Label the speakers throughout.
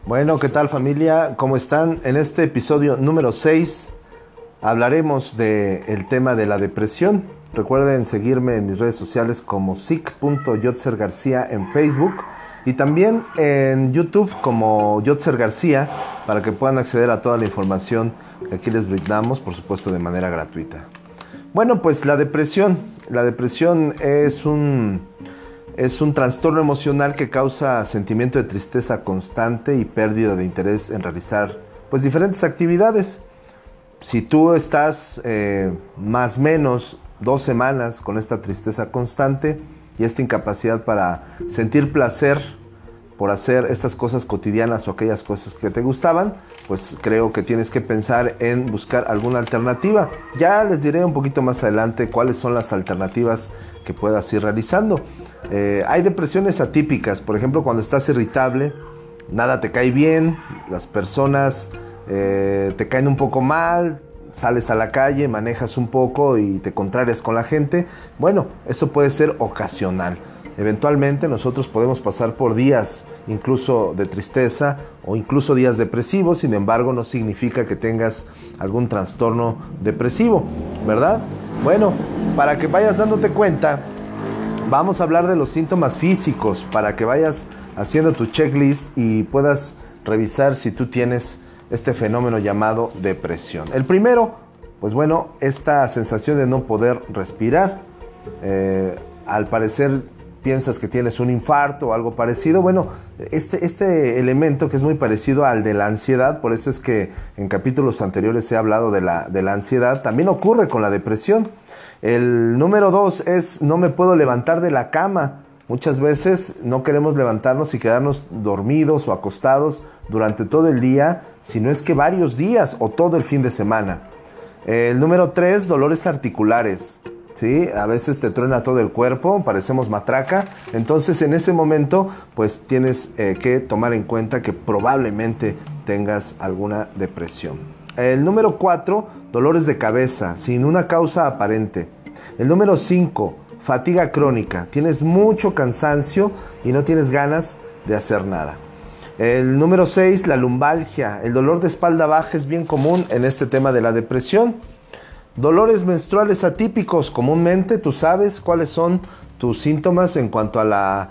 Speaker 1: Bueno, ¿qué tal familia? ¿Cómo están? En este episodio número 6 hablaremos del tema de la depresión. Recuerden seguirme en mis redes sociales como sic.yotzer.garcía en Facebook y también en YouTube como Yotzer García para que puedan acceder a toda la información que aquí les brindamos, por supuesto de manera gratuita. Bueno, pues la depresión es un trastorno emocional que causa sentimiento de tristeza constante y pérdida de interés en realizar pues diferentes actividades. Si tú estás más o menos 2 semanas con esta tristeza constante y esta incapacidad para sentir placer por hacer estas cosas cotidianas o aquellas cosas que te gustaban, pues creo que tienes que pensar en buscar alguna alternativa. Ya les diré un poquito más adelante cuáles son las alternativas que puedas ir realizando. Hay depresiones atípicas, por ejemplo, cuando estás irritable, nada te cae bien, las personas te caen un poco mal, sales a la calle, manejas un poco y te contrarias con la gente. Bueno, eso puede ser ocasional. Eventualmente nosotros podemos pasar por días incluso de tristeza o incluso días depresivos, sin embargo no significa que tengas algún trastorno depresivo, ¿verdad? Bueno, para que vayas dándote cuenta, vamos a hablar de los síntomas físicos para que vayas haciendo tu checklist y puedas revisar si tú tienes este fenómeno llamado depresión. El primero, pues bueno, esta sensación de no poder respirar. Al parecer piensas que tienes un infarto o algo parecido. Bueno, este elemento que es muy parecido al de la ansiedad, por eso es que en capítulos anteriores he hablado de la ansiedad, también ocurre con la depresión. El número 2 es no me puedo levantar de la cama. Muchas veces no queremos levantarnos y quedarnos dormidos o acostados durante todo el día, si no es que varios días o todo el fin de semana. El número 3, dolores articulares. ¿Sí? A veces te truena todo el cuerpo, parecemos matraca. Entonces en ese momento pues tienes que tomar en cuenta que probablemente tengas alguna depresión. El número 4, dolores de cabeza sin una causa aparente. El número 5, fatiga crónica. Tienes mucho cansancio y no tienes ganas de hacer nada. El número 6, la lumbalgia. El dolor de espalda baja es bien común en este tema de la depresión. Dolores menstruales atípicos. Comúnmente tú sabes cuáles son tus síntomas en cuanto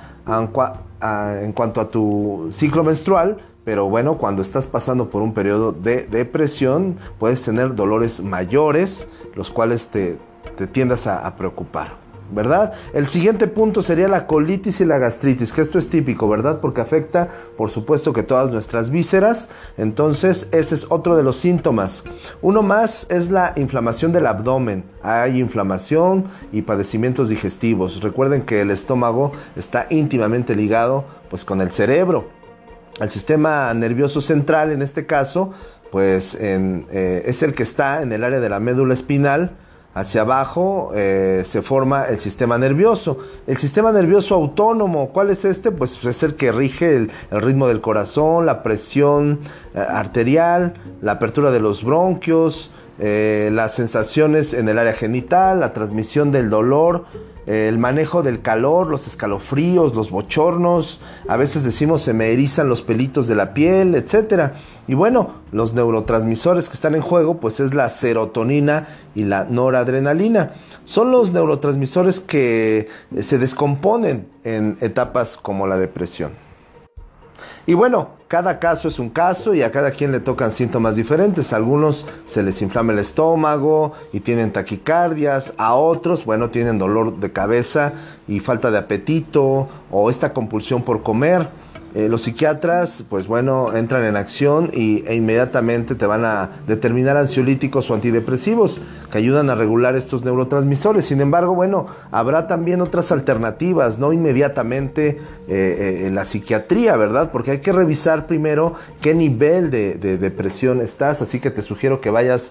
Speaker 1: a tu ciclo menstrual, pero bueno, cuando estás pasando por un periodo de depresión puedes tener dolores mayores, los cuales te tiendas a preocupar, ¿verdad? El siguiente punto sería la colitis y la gastritis, que esto es típico, ¿verdad? Porque afecta, por supuesto, que todas nuestras vísceras. Entonces, ese es otro de los síntomas. Uno más es la inflamación del abdomen. Hay inflamación y padecimientos digestivos. Recuerden que el estómago está íntimamente ligado, pues, con el cerebro. El sistema nervioso central, en este caso, pues, es el que está en el área de la médula espinal. Hacia abajo se forma el sistema nervioso. El sistema nervioso autónomo, ¿cuál es este? Pues es el que rige el ritmo del corazón, la presión arterial, la apertura de los bronquios, las sensaciones en el área genital, la transmisión del dolor, el manejo del calor, los escalofríos, los bochornos. A veces decimos se me erizan los pelitos de la piel, etcétera. Y bueno, los neurotransmisores que están en juego pues es la serotonina y la noradrenalina. Son los neurotransmisores que se descomponen en etapas como la depresión. Y bueno, cada caso es un caso y a cada quien le tocan síntomas diferentes. A algunos se les inflama el estómago y tienen taquicardias. A otros, bueno, tienen dolor de cabeza y falta de apetito o esta compulsión por comer. Los psiquiatras, pues bueno, entran en acción e inmediatamente te van a determinar ansiolíticos o antidepresivos que ayudan a regular estos neurotransmisores. Sin embargo, bueno, habrá también otras alternativas, no inmediatamente en la psiquiatría, ¿verdad? Porque hay que revisar primero qué nivel de depresión estás, así que te sugiero que vayas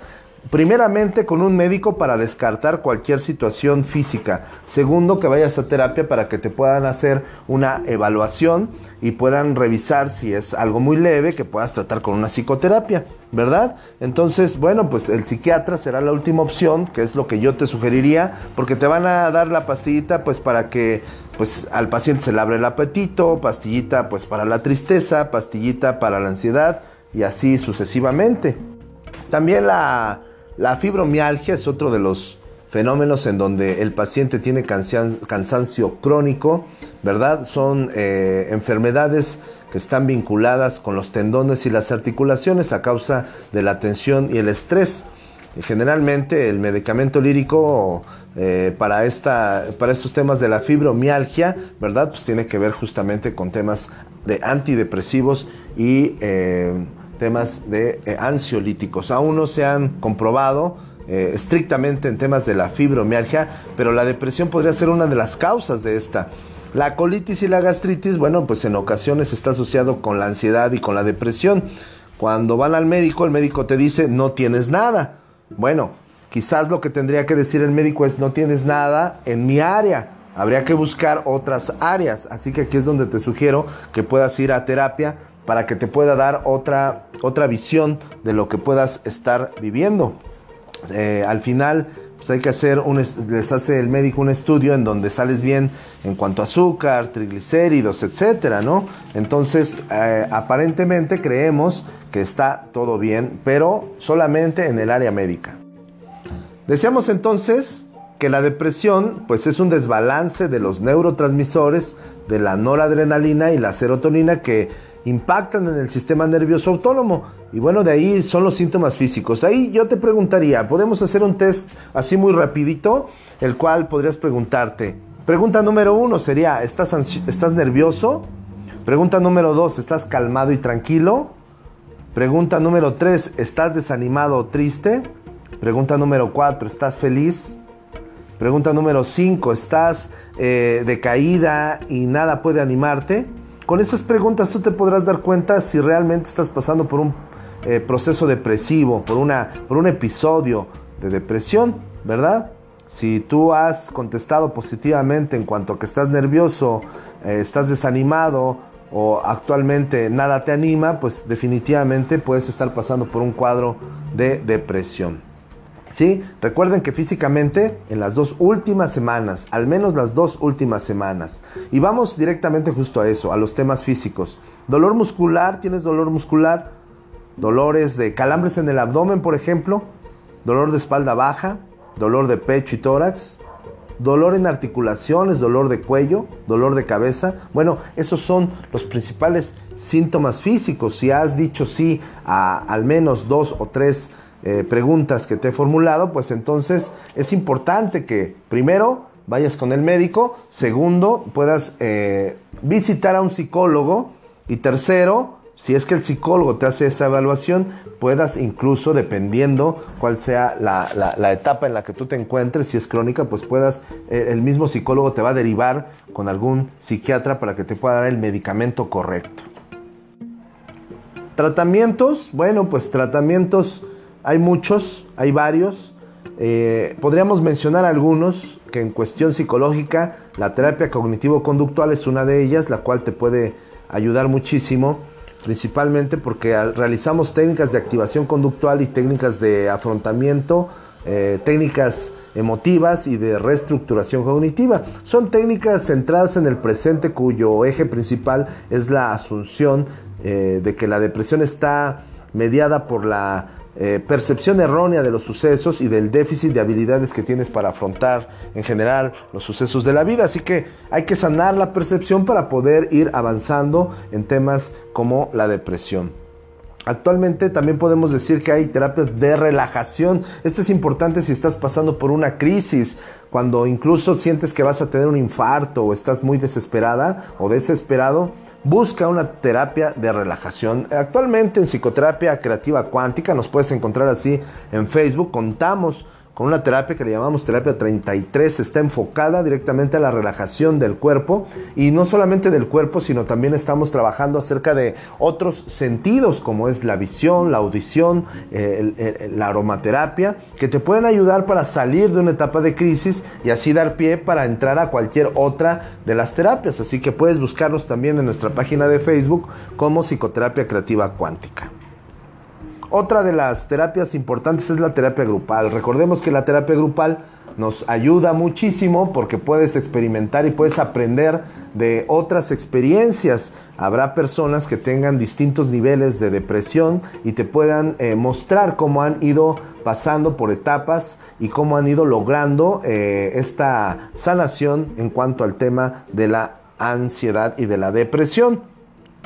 Speaker 1: primeramente con un médico para descartar cualquier situación física. Segundo, que vayas a terapia para que te puedan hacer una evaluación y puedan revisar si es algo muy leve, que puedas tratar con una psicoterapia, ¿verdad? Entonces, bueno, pues el psiquiatra será la última opción, que es lo que yo te sugeriría, porque te van a dar la pastillita pues para que pues al paciente se le abra el apetito, pastillita pues para la tristeza, pastillita para la ansiedad y así sucesivamente. También la fibromialgia es otro de los fenómenos en donde el paciente tiene cansancio crónico, ¿verdad? Son enfermedades que están vinculadas con los tendones y las articulaciones a causa de la tensión y el estrés. Y generalmente el medicamento lírico para estos temas de la fibromialgia, ¿verdad? Pues tiene que ver justamente con temas de antidepresivos y temas de ansiolíticos. Aún no se han comprobado estrictamente en temas de la fibromialgia, pero la depresión podría ser una de las causas de esta. La colitis y la gastritis, bueno, pues en ocasiones está asociado con la ansiedad y con la depresión. Cuando van al médico, el médico te dice, no tienes nada. Bueno, quizás lo que tendría que decir el médico es, no tienes nada en mi área. Habría que buscar otras áreas. Así que aquí es donde te sugiero que puedas ir a terapia para que te pueda dar otra visión de lo que puedas estar viviendo. Al final, pues hay que les hace el médico un estudio en donde sales bien en cuanto a azúcar, triglicéridos, etcétera, ¿no? Entonces, aparentemente creemos que está todo bien, pero solamente en el área médica. Decíamos entonces que la depresión, pues es un desbalance de los neurotransmisores, de la noradrenalina y la serotonina que impactan en el sistema nervioso autónomo. Y bueno, de ahí son los síntomas físicos. Ahí yo te preguntaría, podemos hacer un test así muy rapidito, el cual podrías preguntarte. Pregunta número 1 sería, ¿estás nervioso? Pregunta número 2, ¿estás calmado y tranquilo? Pregunta número 3, ¿estás desanimado o triste? Pregunta número 4, ¿estás feliz? Pregunta número 5, ¿estás decaída y nada puede animarte? Con estas preguntas tú te podrás dar cuenta si realmente estás pasando por un proceso depresivo, por un episodio de depresión, ¿verdad? Si tú has contestado positivamente en cuanto a que estás nervioso, estás desanimado o actualmente nada te anima, pues definitivamente puedes estar pasando por un cuadro de depresión. ¿Sí? Recuerden que físicamente en las 2 últimas semanas, al menos las 2 últimas semanas, y vamos directamente justo a eso, a los temas físicos. Dolor muscular, ¿tienes dolor muscular? Dolores de calambres en el abdomen, por ejemplo, dolor de espalda baja, dolor de pecho y tórax, dolor en articulaciones, dolor de cuello, dolor de cabeza. Bueno, esos son los principales síntomas físicos. Si has dicho sí a al menos 2 o 3 preguntas que te he formulado, pues entonces es importante que primero vayas con el médico, segundo puedas visitar a un psicólogo y tercero, si es que el psicólogo te hace esa evaluación, puedas incluso, dependiendo cuál sea la etapa en la que tú te encuentres, si es crónica, pues el mismo psicólogo te va a derivar con algún psiquiatra para que te pueda dar el medicamento correcto. Tratamientos, bueno, pues tratamientos hay muchos, hay varios. Podríamos mencionar algunos que en cuestión psicológica, la terapia cognitivo-conductual es una de ellas, la cual te puede ayudar muchísimo, principalmente porque realizamos técnicas de activación conductual y técnicas de afrontamiento, técnicas emotivas y de reestructuración cognitiva. Son técnicas centradas en el presente cuyo eje principal es la asunción de que la depresión está mediada por la percepción errónea de los sucesos y del déficit de habilidades que tienes para afrontar en general los sucesos de la vida. Así que hay que sanar la percepción para poder ir avanzando en temas como la depresión. Actualmente también podemos decir que hay terapias de relajación. Esto es importante si estás pasando por una crisis, cuando incluso sientes que vas a tener un infarto o estás muy desesperada o desesperado, busca una terapia de relajación. Actualmente en Psicoterapia Creativa Cuántica, nos puedes encontrar así en Facebook, contamos con una terapia que le llamamos terapia 33. Está enfocada directamente a la relajación del cuerpo, y no solamente del cuerpo, sino también estamos trabajando acerca de otros sentidos, como es la visión, la audición, la aromaterapia, que te pueden ayudar para salir de una etapa de crisis y así dar pie para entrar a cualquier otra de las terapias. Así que puedes buscarnos también en nuestra página de Facebook como Psicoterapia Creativa Cuántica. Otra de las terapias importantes es la terapia grupal. Recordemos que la terapia grupal nos ayuda muchísimo porque puedes experimentar y puedes aprender de otras experiencias. Habrá personas que tengan distintos niveles de depresión y te puedan mostrar cómo han ido pasando por etapas y cómo han ido logrando esta sanación en cuanto al tema de la ansiedad y de la depresión.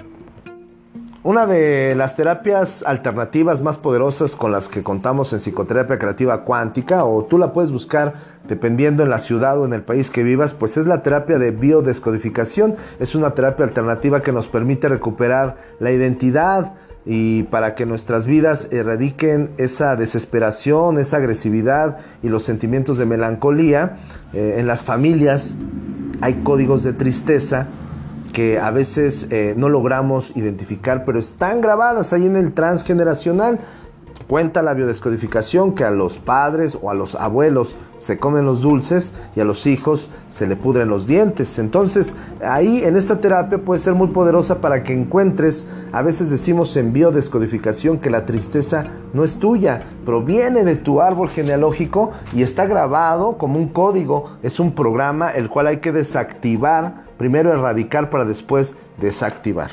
Speaker 1: Una de las terapias alternativas más poderosas con las que contamos en Psicoterapia Creativa Cuántica, o tú la puedes buscar dependiendo en la ciudad o en el país que vivas, pues es la terapia de biodescodificación. Es una terapia alternativa que nos permite recuperar la identidad y para que nuestras vidas erradiquen esa desesperación, esa agresividad y los sentimientos de melancolía. En las familias hay códigos de tristeza que a veces no logramos identificar, pero están grabadas ahí en el transgeneracional. Cuenta la biodescodificación que a los padres o a los abuelos se comen los dulces y a los hijos se le pudren los dientes. Entonces ahí en esta terapia puede ser muy poderosa para que encuentres, a veces decimos en biodescodificación que la tristeza no es tuya, proviene de tu árbol genealógico y está grabado como un código. Es un programa el cual hay que desactivar, primero erradicar para después desactivar.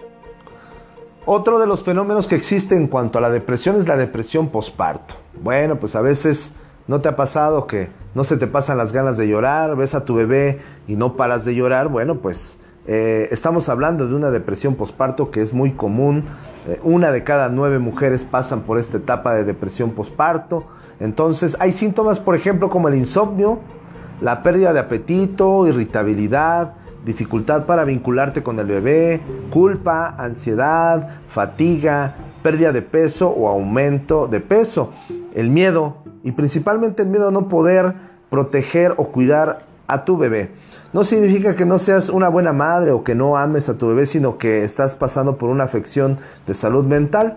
Speaker 1: Otro de los fenómenos que existe en cuanto a la depresión es la depresión posparto. Bueno, pues a veces no te ha pasado que no se te pasan las ganas de llorar, ves a tu bebé y no paras de llorar. Bueno, pues estamos hablando de una depresión posparto que es muy común. Una de cada 9 mujeres pasan por esta etapa de depresión posparto. Entonces hay síntomas, por ejemplo, como el insomnio, la pérdida de apetito, irritabilidad, dificultad para vincularte con el bebé, culpa, ansiedad, fatiga, pérdida de peso o aumento de peso, el miedo y principalmente el miedo a no poder proteger o cuidar a tu bebé. No significa que no seas una buena madre o que no ames a tu bebé, sino que estás pasando por una afección de salud mental.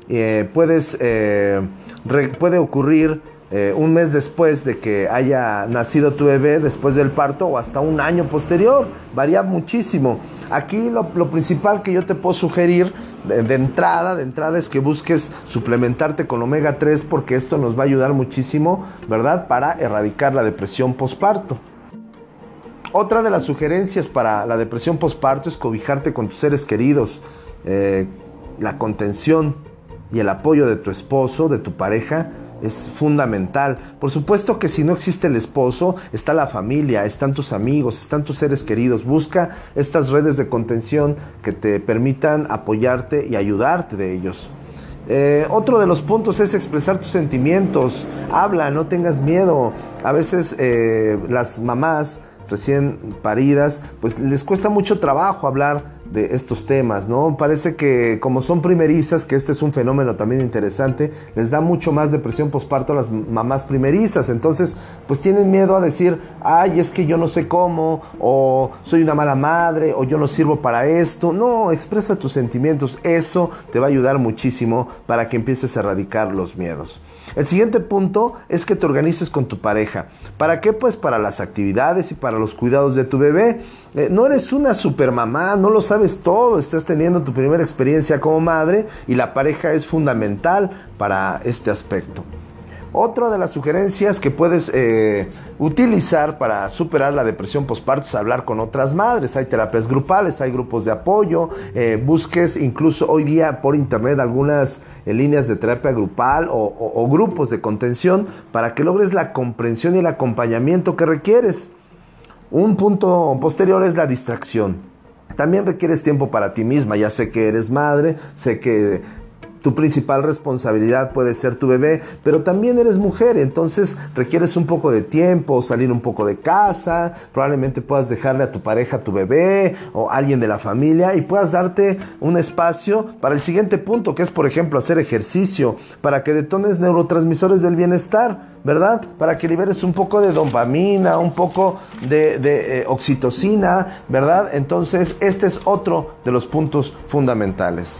Speaker 1: Puede ocurrir un mes después de que haya nacido tu bebé, después del parto, o hasta un año posterior. Varía muchísimo. Aquí lo principal que yo te puedo sugerir de entrada es que busques suplementarte con omega 3, porque esto nos va a ayudar muchísimo, ¿verdad?, para erradicar la depresión posparto. Otra de las sugerencias para la depresión posparto es cobijarte con tus seres queridos. La contención y el apoyo de tu esposo, de tu pareja, es fundamental. Por supuesto que si no existe el esposo, está la familia, están tus amigos, están tus seres queridos. Busca estas redes de contención que te permitan apoyarte y ayudarte de ellos. Otro de los puntos es expresar tus sentimientos. Habla, no tengas miedo. A veces las mamás recién paridas, pues les cuesta mucho trabajo hablar de estos temas, ¿no? Parece que como son primerizas, que este es un fenómeno también interesante, les da mucho más depresión posparto a las mamás primerizas. Entonces, pues tienen miedo a decir, ay, es que yo no sé cómo, o soy una mala madre, o yo no sirvo para esto. No, expresa tus sentimientos. Eso te va a ayudar muchísimo para que empieces a erradicar los miedos. El siguiente punto es que te organices con tu pareja. ¿Para qué? Pues para las actividades y para los cuidados de tu bebé. No eres una supermamá, no lo sabes todo, estás teniendo tu primera experiencia como madre y la pareja es fundamental para este aspecto. Otra de las sugerencias que puedes utilizar para superar la depresión posparto es hablar con otras madres. Hay terapias grupales, hay grupos de apoyo. Busques incluso hoy día por internet algunas líneas de terapia grupal o grupos de contención para que logres la comprensión y el acompañamiento que requieres. Un punto posterior es la distracción. También requieres tiempo para ti misma. Ya sé que eres madre, sé que tu principal responsabilidad puede ser tu bebé, pero también eres mujer, entonces requieres un poco de tiempo, salir un poco de casa, probablemente puedas dejarle a tu pareja tu bebé o alguien de la familia y puedas darte un espacio para el siguiente punto, que es, por ejemplo, hacer ejercicio, para que detones neurotransmisores del bienestar, ¿verdad? Para que liberes un poco de dopamina, un poco de oxitocina, ¿verdad? Entonces, este es otro de los puntos fundamentales.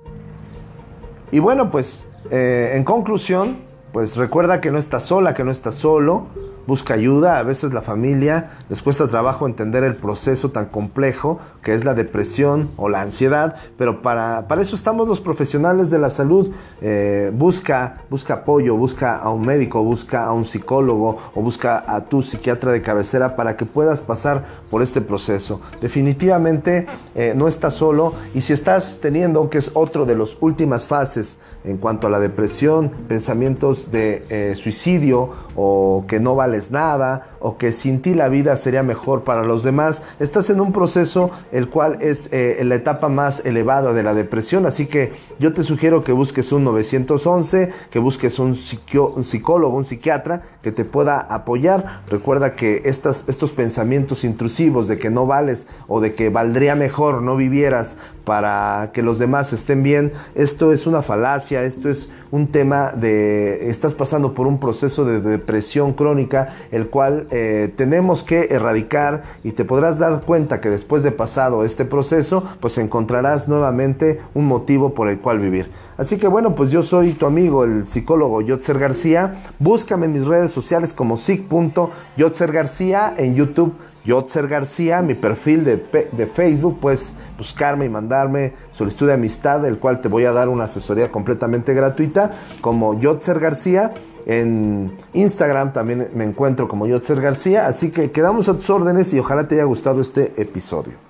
Speaker 1: Y bueno, pues, en conclusión, pues recuerda que no estás sola, que no estás solo. Busca ayuda. A veces la familia les cuesta trabajo entender el proceso tan complejo que es la depresión o la ansiedad, pero para eso estamos los profesionales de la salud. Busca apoyo, busca a un médico, busca a un psicólogo o busca a tu psiquiatra de cabecera para que puedas pasar por este proceso. Definitivamente no estás solo, y si estás teniendo, que es otro de las últimas fases en cuanto a la depresión, pensamientos de suicidio o que no vales nada o que sin ti la vida sería mejor para los demás, estás en un proceso el cual es la etapa más elevada de la depresión, así que yo te sugiero que busques un 911, que busques un psicólogo, un psiquiatra que te pueda apoyar. Recuerda que estos pensamientos intrusivos de que no vales o de que valdría mejor no vivieras para que los demás estén bien, esto es una falacia, esto es un tema de estás pasando por un proceso de depresión crónica, el cual tenemos que erradicar, y te podrás dar cuenta que después de pasado este proceso, pues encontrarás nuevamente un motivo por el cual vivir. Así que bueno, pues yo soy tu amigo, el psicólogo Yotzer García. Búscame en mis redes sociales como psic.Yotzer García, en YouTube Yotzer García, mi perfil de Facebook, puedes buscarme y mandarme solicitud de amistad, el cual te voy a dar una asesoría completamente gratuita como Yotzer García. En Instagram también me encuentro como Yotzer García, así que quedamos a tus órdenes y ojalá te haya gustado este episodio.